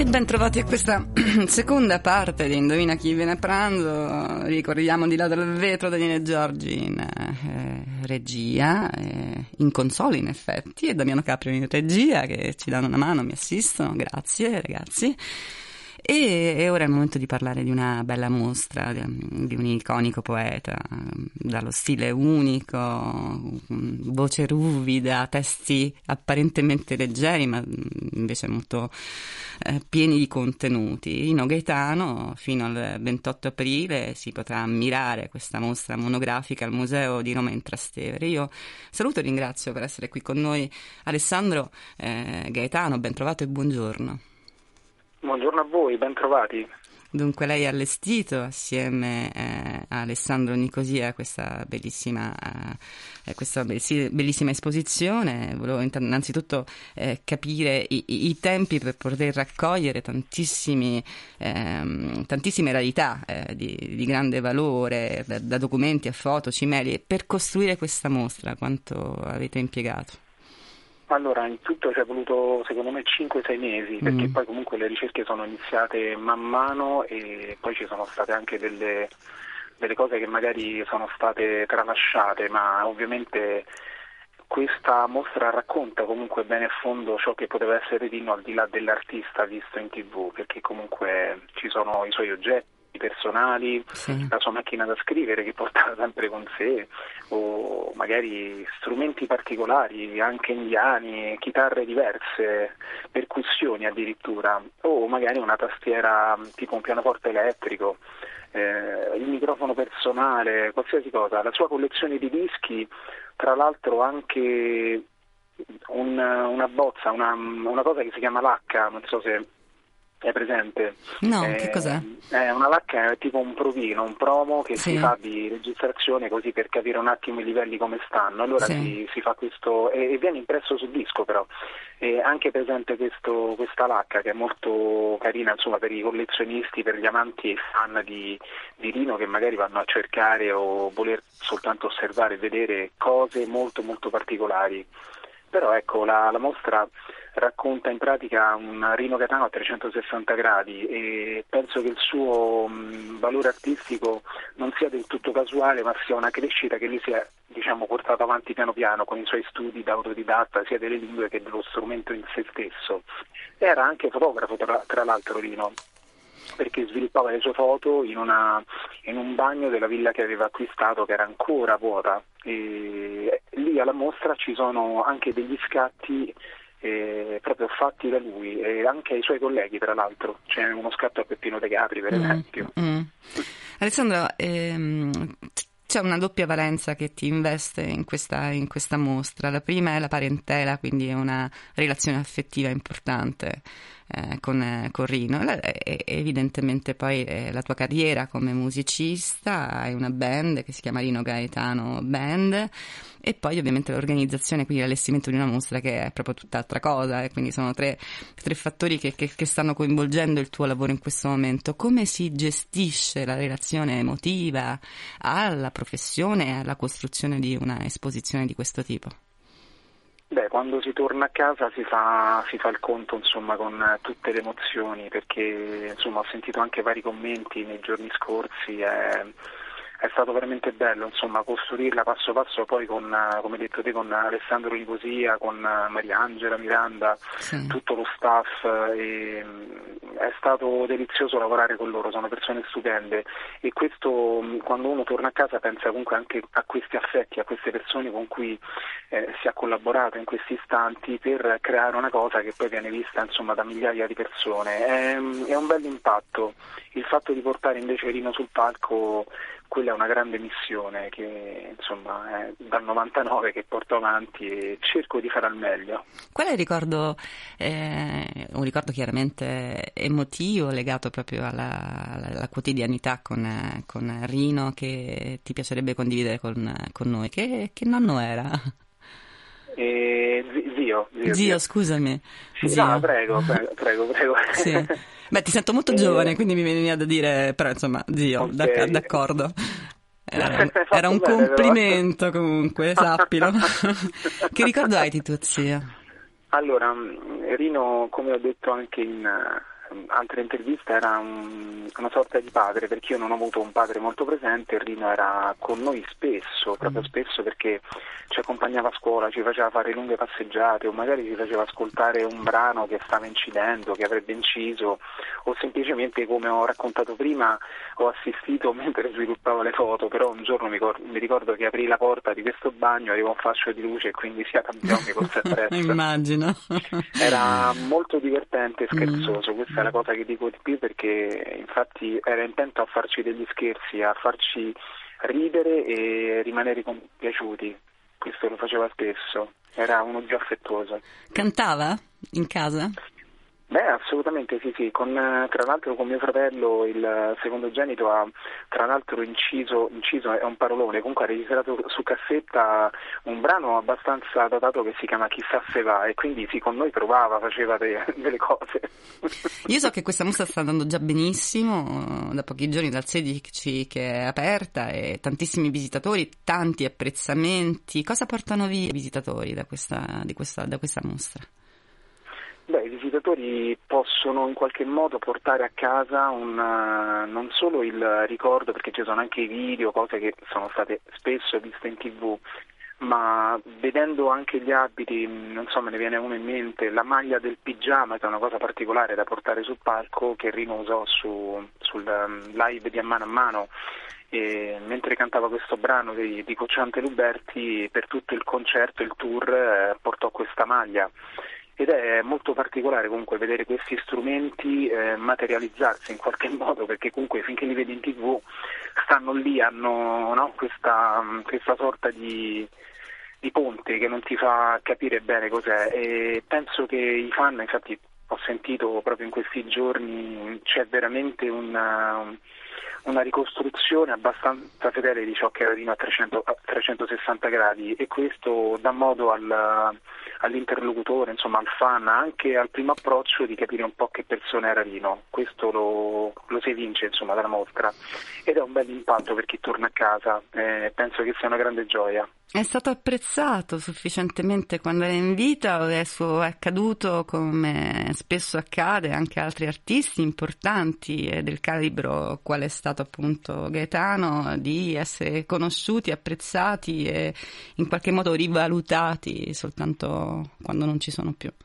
bentrovati a questa seconda parte di Indovina chi viene a pranzo. Ricordiamo Di là dal vetro Daniele Giorgi in regia, in console in effetti, e Damiano Caprio in regia, che ci danno una mano, mi assistono, grazie ragazzi. E ora è il momento di parlare di una bella mostra, di un iconico poeta, dallo stile unico, voce ruvida, testi apparentemente leggeri ma invece molto pieni di contenuti. Rino Gaetano, fino al 28 aprile si potrà ammirare questa mostra monografica al Museo di Roma in Trastevere. Io saluto e ringrazio per essere qui con noi Alessandro Gaetano, ben trovato e buongiorno. Buongiorno a voi, ben trovati. Dunque lei ha allestito assieme a Alessandro Nicosia questa bellissima esposizione. Volevo innanzitutto capire i tempi per poter raccogliere tantissime rarità di grande valore, da documenti a foto, cimeli, per costruire questa mostra. Quanto avete impiegato? Allora, in tutto ci è voluto secondo me 5-6 mesi, perché poi comunque le ricerche sono iniziate man mano e poi ci sono state anche delle cose che magari sono state tralasciate, ma ovviamente questa mostra racconta comunque bene a fondo ciò che poteva essere Rino al di là dell'artista visto in TV, perché comunque ci sono i suoi oggetti personali, sì, la sua macchina da scrivere che portava sempre con sé, o magari strumenti particolari, anche indiani, chitarre diverse, percussioni addirittura, o magari una tastiera tipo un pianoforte elettrico, il microfono personale, qualsiasi cosa. La sua collezione di dischi, tra l'altro anche una bozza, una cosa che si chiama lacca, non so se è presente. No, che cos'è? Una lacca è tipo un provino, un promo che sì, si fa di registrazione così per capire un attimo i livelli come stanno. Allora sì, si fa questo e viene impresso sul disco però. E anche presente questa lacca che è molto carina, insomma, per i collezionisti, per gli amanti e fan di Rino che magari vanno a cercare o voler soltanto osservare e vedere cose molto molto particolari. Però ecco, la mostra racconta in pratica un Rino Gaetano a 360 gradi e penso che il suo valore artistico non sia del tutto casuale, ma sia una crescita che lui si è, portato avanti piano piano con i suoi studi da autodidatta sia delle lingue che dello strumento in se stesso. Era anche fotografo tra l'altro Rino, perché sviluppava le sue foto in un bagno della villa che aveva acquistato, che era ancora vuota, e lì alla mostra ci sono anche degli scatti proprio fatti da lui e anche ai suoi colleghi, tra l'altro c'è uno scatto a Peppino De Capri per esempio. Alessandro, c'è una doppia valenza che ti investe in questa mostra. La prima è la parentela, quindi è una relazione affettiva importante con Rino, e evidentemente poi la tua carriera come musicista. Hai una band che si chiama Rino Gaetano Band, e poi ovviamente l'organizzazione, quindi l'allestimento di una mostra che è proprio tutt'altra cosa, e quindi sono tre fattori che stanno coinvolgendo il tuo lavoro in questo momento. Come si gestisce la relazione emotiva alla professione e alla costruzione di una esposizione di questo tipo? Beh, quando si torna a casa si fa il conto, insomma, con tutte le emozioni, perché insomma ho sentito anche vari commenti nei giorni scorsi. È stato veramente bello, insomma, costruirla passo passo, poi con, come hai detto te, con Alessandro Nicosia, con Mariangela, Miranda, sì, tutto lo staff, e è stato delizioso lavorare con loro, sono persone stupende, e questo, quando uno torna a casa, pensa comunque anche a questi affetti, a queste persone con cui si ha collaborato in questi istanti per creare una cosa che poi viene vista, insomma, da migliaia di persone. È un bel impatto. Il fatto di portare invece Rino sul palco, quella è una grande missione che insomma è dal 99 che porto avanti e cerco di fare al meglio. Qual è il ricordo, un ricordo chiaramente emotivo legato proprio alla quotidianità con Rino, che ti piacerebbe condividere con noi? Che nonno era? Zio, scusami. Sì, zio. No, prego. Sì. Beh, ti sento molto giovane, quindi mi veniva da dire, però insomma, zio, okay. D'accordo. Era un complimento comunque, sappilo. Che ricordo hai di tuo zio? Allora, Rino, come ho detto anche altre interviste era una sorta di padre, perché io non ho avuto un padre molto presente. Rino era con noi spesso, proprio spesso, perché ci accompagnava a scuola, ci faceva fare lunghe passeggiate, o magari ci faceva ascoltare un brano che stava incidendo, che avrebbe inciso, o semplicemente, come ho raccontato prima, ho assistito mentre sviluppavo le foto. Però un giorno mi ricordo che aprì la porta di questo bagno, aveva un fascio di luce e quindi si arrabbiò, mi corse appresso. Immagino. Era molto divertente e scherzoso, questa è la cosa che dico di più, perché infatti era intento a farci degli scherzi, a farci ridere e rimanere compiaciuti. Questo lo faceva spesso, era uno zio affettuoso. Cantava in casa? Beh, assolutamente sì, tra l'altro con mio fratello, il secondogenito, ha tra l'altro inciso è un parolone, comunque ha registrato su cassetta un brano abbastanza datato che si chiama Chissà se va, e quindi sì, con noi provava, faceva delle cose. Io so che questa mostra sta andando già benissimo, da pochi giorni, dal 16 che è aperta, e tantissimi visitatori, tanti apprezzamenti. Cosa portano via i visitatori da questa mostra? Beh, i visitatori possono in qualche modo portare a casa non solo il ricordo, perché ci sono anche i video, cose che sono state spesso viste in TV, ma vedendo anche gli abiti, non so, me ne viene uno in mente, la maglia del pigiama, che è una cosa particolare da portare sul palco, che Rino usò sul live di A Mano a Mano. E mentre cantava questo brano di Cocciante Luberti, per tutto il concerto, il tour, portò questa maglia. Ed è molto particolare comunque vedere questi strumenti materializzarsi in qualche modo, perché comunque finché li vedi in TV stanno lì, hanno, no, questa sorta di ponte che non ti fa capire bene cos'è, e penso che i fan, infatti ho sentito proprio in questi giorni, c'è veramente una ricostruzione abbastanza fedele di ciò che era Rino a 360 gradi, e questo dà modo all'interlocutore, insomma al fan, anche al primo approccio, di capire un po' che persona era Rino. Questo lo si evince, insomma, dalla mostra, ed è un bel impatto per chi torna a casa. Penso che sia una grande gioia. È stato apprezzato sufficientemente quando era in vita, o è accaduto, come spesso accade, anche a altri artisti importanti del calibro qual è stato appunto Gaetano, di essere conosciuti, apprezzati e in qualche modo rivalutati soltanto quando non ci sono più?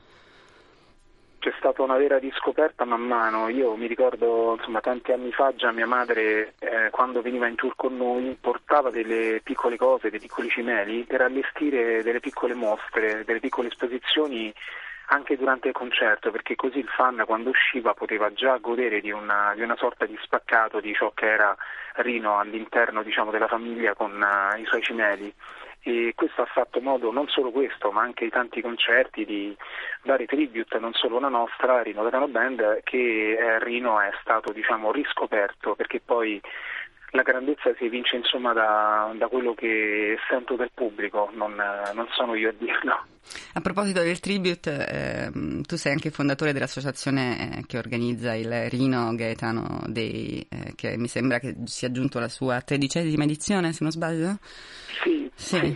C'è stata una vera riscoperta man mano. Io mi ricordo, insomma, tanti anni fa già mia madre, quando veniva in tour con noi, portava delle piccole cose, dei piccoli cimeli, per allestire delle piccole mostre, delle piccole esposizioni anche durante il concerto, perché così il fan, quando usciva, poteva già godere di una sorta di spaccato di ciò che era Rino all'interno, diciamo, della famiglia, con i suoi cimeli. E questo ha fatto modo, non solo questo, ma anche i tanti concerti, di dare tribute, non solo la nostra Rino Gaetano Band, che Rino è stato, diciamo, riscoperto, perché poi la grandezza si evince, insomma, da quello che sento del pubblico, non sono io a dirlo. A proposito del tribute, tu sei anche fondatore dell'associazione che organizza il Rino Gaetano Day, che mi sembra che sia giunto alla sua 13ª edizione, se non sbaglio? Sì.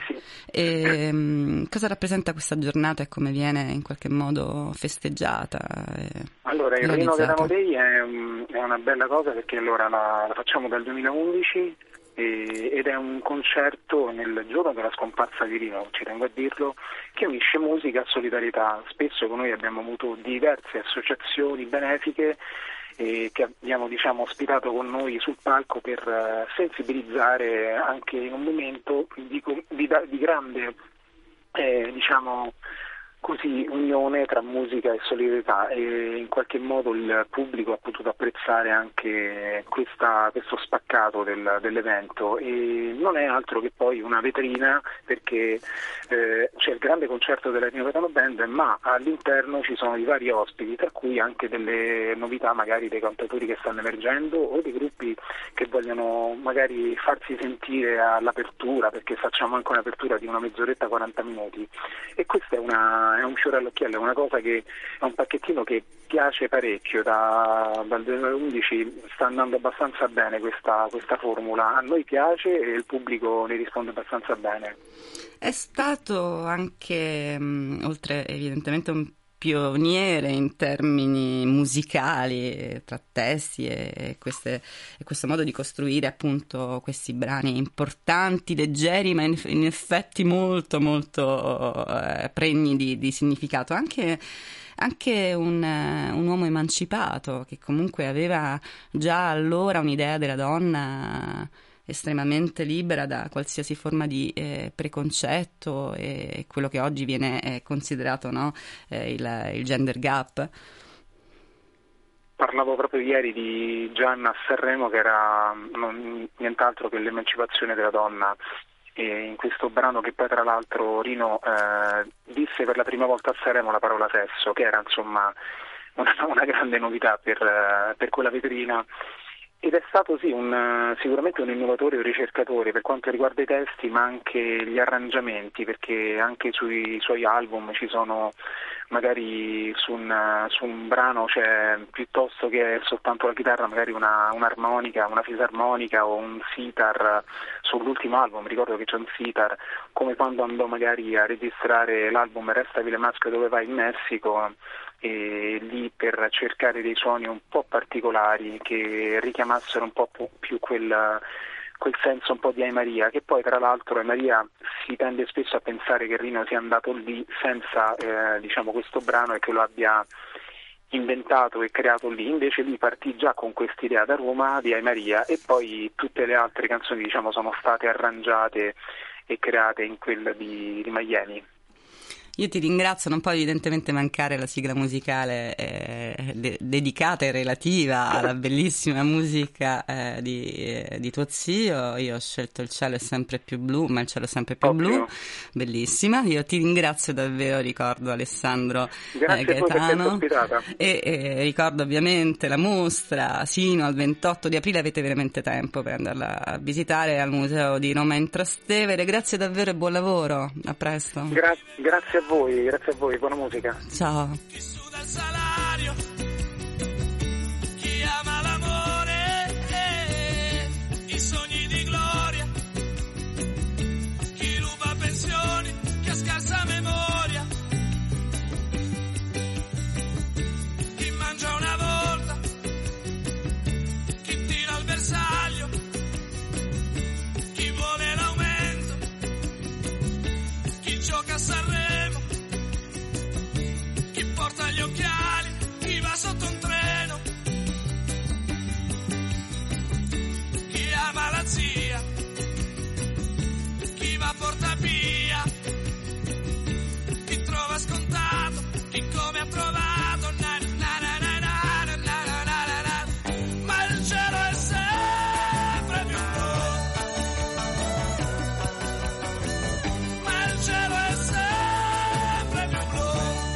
E cosa rappresenta questa giornata e come viene in qualche modo festeggiata? Allora, il Rino Gaetano Day è una bella cosa, perché allora la facciamo dal 2011 ed è un concerto nel giorno della scomparsa di Rino, ci tengo a dirlo, che unisce musica e solidarietà. Spesso con noi abbiamo avuto diverse associazioni benefiche che abbiamo, diciamo, ospitato con noi sul palco per sensibilizzare anche in un momento di grande diciamo così, unione tra musica e solidarietà, e in qualche modo il pubblico ha potuto apprezzare anche questo spaccato dell'evento, e non è altro che poi una vetrina, perché c'è il grande concerto della Rino Gaetano Band, ma all'interno ci sono i vari ospiti, tra cui anche delle novità, magari dei cantautori che stanno emergendo o dei gruppi che vogliono magari farsi sentire all'apertura, perché facciamo anche un'apertura di una mezz'oretta, 40 minuti, e questo è un fiore all'occhiello, è una cosa che è un pacchettino che piace parecchio. Dal 2011 sta andando abbastanza bene questa formula, a noi piace e il pubblico ne risponde abbastanza bene. È stato anche, oltre evidentemente un pioniere in termini musicali, tra testi e questo modo di costruire appunto questi brani importanti, leggeri, ma in effetti molto molto pregni di significato. Anche un uomo emancipato che comunque aveva già allora un'idea della donna estremamente libera da qualsiasi forma di preconcetto e quello che oggi viene considerato, no? Il gender gap. Parlavo proprio ieri di Gianna a Sanremo, che era nient'altro che l'emancipazione della donna, e in questo brano che poi tra l'altro Rino disse per la prima volta a Sanremo la parola sesso, che era insomma una grande novità per quella vetrina. Ed è stato sicuramente un innovatore, un ricercatore per quanto riguarda i testi, ma anche gli arrangiamenti, perché anche sui suoi album ci sono, magari su un brano c'è, piuttosto che soltanto la chitarra, magari un'armonica, una fisarmonica o un sitar. Sull'ultimo album ricordo che c'è un sitar, come quando andò magari a registrare l'album Resta Vile Maschio dove vai in Messico, e lì per cercare dei suoni un po' particolari che richiamassero un po' più quel senso un po' di Ai Maria, che poi tra l'altro Ai Maria si tende spesso a pensare che Rino sia andato lì senza questo brano e che lo abbia inventato e creato lì. Invece lui partì già con quest'idea da Roma di Ai Maria, e poi tutte le altre canzoni sono state arrangiate e create in quella di Miami. Io ti ringrazio, non può evidentemente mancare la sigla musicale dedicata e relativa alla bellissima musica di tuo zio. Io ho scelto Il cielo è sempre più blu, ma il cielo è sempre più blu, bellissima. Io ti ringrazio davvero, ricordo Alessandro Gaetano, e ricordo ovviamente la mostra sino al 28 di aprile, avete veramente tempo per andarla a visitare al Museo di Roma in Trastevere. Grazie davvero e buon lavoro, a presto. Grazie a voi, buona musica. Ciao. Chi suda il salario, chi ama l'amore, i sogni di gloria, chi ruba pensioni, chi ha scarsa memoria, chi mangia una volta, chi tira al bersaglio, chi vuole l'aumento, chi gioca a Sanremo, porta gli occhiali, chi va sotto un treno, chi ama la zia, chi va a Portapia, chi trova scontato, chi come ha trovato, ma il cielo è sempre più blu, ma il cielo è sempre più blu.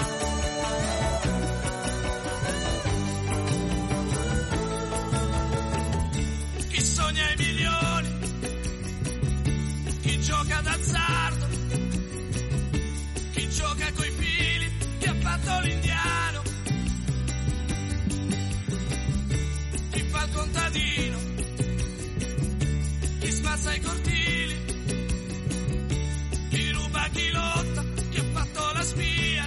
Chi sogna i milioni, chi gioca d'azzardo, chi gioca coi fili, chi ha fatto l'indiano, chi fa il contadino, chi spazza i cortili, chi ruba, chi lotta, chi ha fatto la spia,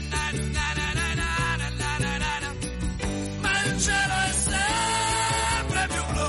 ma il cielo è sempre più blu.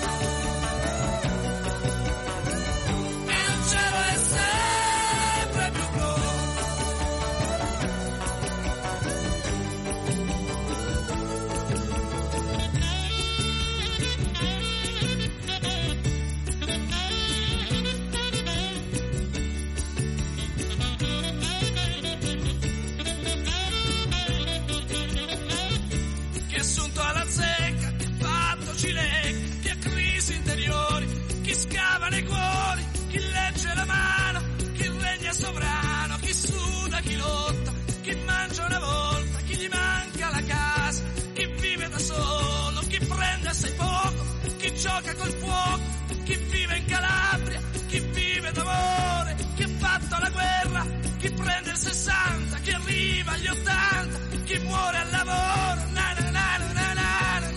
Chi è assunto alla zecca, chi ha fatto cilecca, chi ha crisi interiori, chi scava nei cuori, chi legge la mano, chi regna sovrano, chi suda, chi lotta, chi mangia una volta, chi gli manca la casa, chi vive da solo, chi prende assai poco, chi gioca col fuoco, chi vive in Calabria, chi vive d'amore, chi ha fatto la guerra, chi prende il 60, chi arriva agli 80, chi muore al lavoro,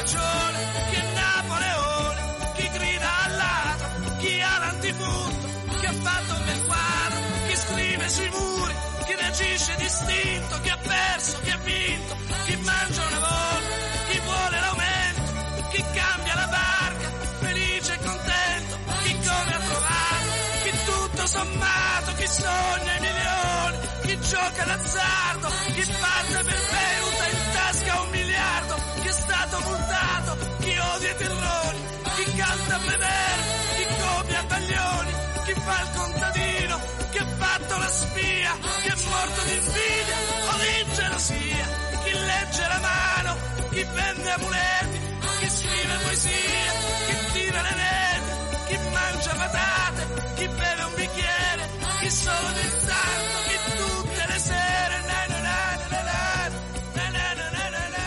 ragione, chi è Napoleone, chi grida al ladro, chi ha l'antifurto, chi ha fatto un bel quadro, chi scrive sui muri, chi reagisce distinto, chi ha perso, chi ha vinto, chi mangia una volta, chi vuole l'aumento, chi cambia la barca, felice e contento, chi come ha trovato, chi tutto sommato, chi sogna i milioni, chi gioca d'azzardo, chi parte per Beuta in tasca 1 miliardo, chi è stato multato, chi odia i terrori, chi canta a vedere, chi copia Baglioni, chi fa il contadino, chi ha fatto la spia, chi è morto di invidia o di gelosia, chi legge la mano, chi vende amuleti, chi scrive poesia, chi tira le neve, chi mangia patate, chi beve un bicchiere, chi solo d'intanto, chi tutte le sere, na na na na na na na na na na na.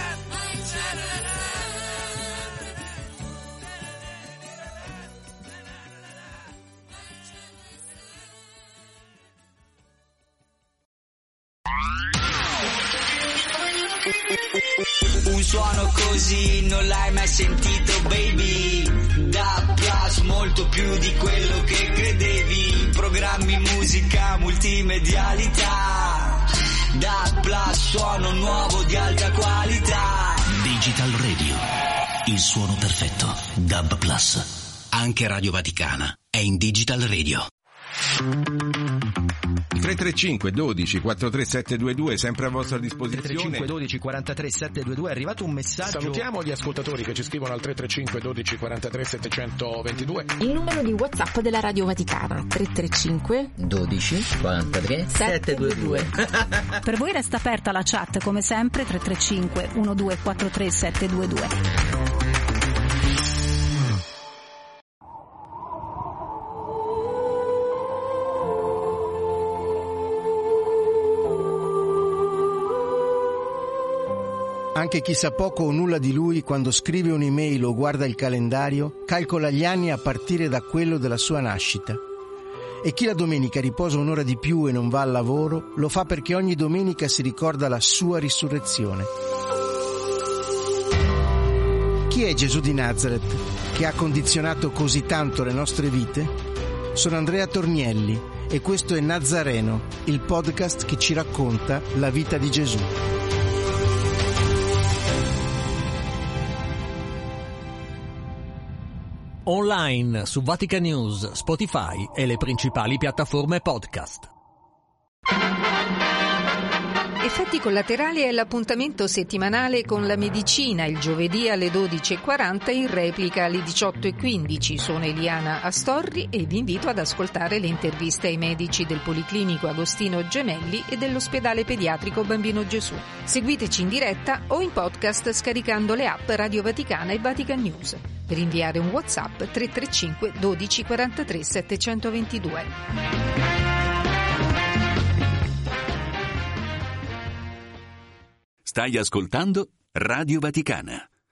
Un suono così non l'hai mai sentito, baby. Da Plus, molto più di quello che credevi. Programmi, musica, multimedialità. Da Plus, suono nuovo di alta qualità. Digital Radio, il suono perfetto. DAB Plus. Anche Radio Vaticana è in Digital Radio. 335 12 43 722 sempre a vostra disposizione. 335 12 43 722. È arrivato un messaggio. Salutiamo gli ascoltatori che ci scrivono al 335 12 43 722. Il numero di WhatsApp della Radio Vaticana 335 12 43 722. Per voi resta aperta la chat come sempre 335 1243 722. Anche chi sa poco o nulla di lui, quando scrive un'email o guarda il calendario, calcola gli anni a partire da quello della sua nascita. E chi la domenica riposa un'ora di più e non va al lavoro, lo fa perché ogni domenica si ricorda la sua risurrezione. Chi è Gesù di Nazareth, che ha condizionato così tanto le nostre vite? Sono Andrea Tornielli e questo è Nazareno, il podcast che ci racconta la vita di Gesù. Online su Vatican News, Spotify e le principali piattaforme podcast. Effetti collaterali è l'appuntamento settimanale con la medicina, il giovedì alle 12:40, in replica alle 18:15. Sono Eliana Astorri e vi invito ad ascoltare le interviste ai medici del Policlinico Agostino Gemelli e dell'Ospedale Pediatrico Bambino Gesù. Seguiteci in diretta o in podcast scaricando le app Radio Vaticana e Vatican News. Per inviare un WhatsApp 335 12 43 722. Stai ascoltando Radio Vaticana.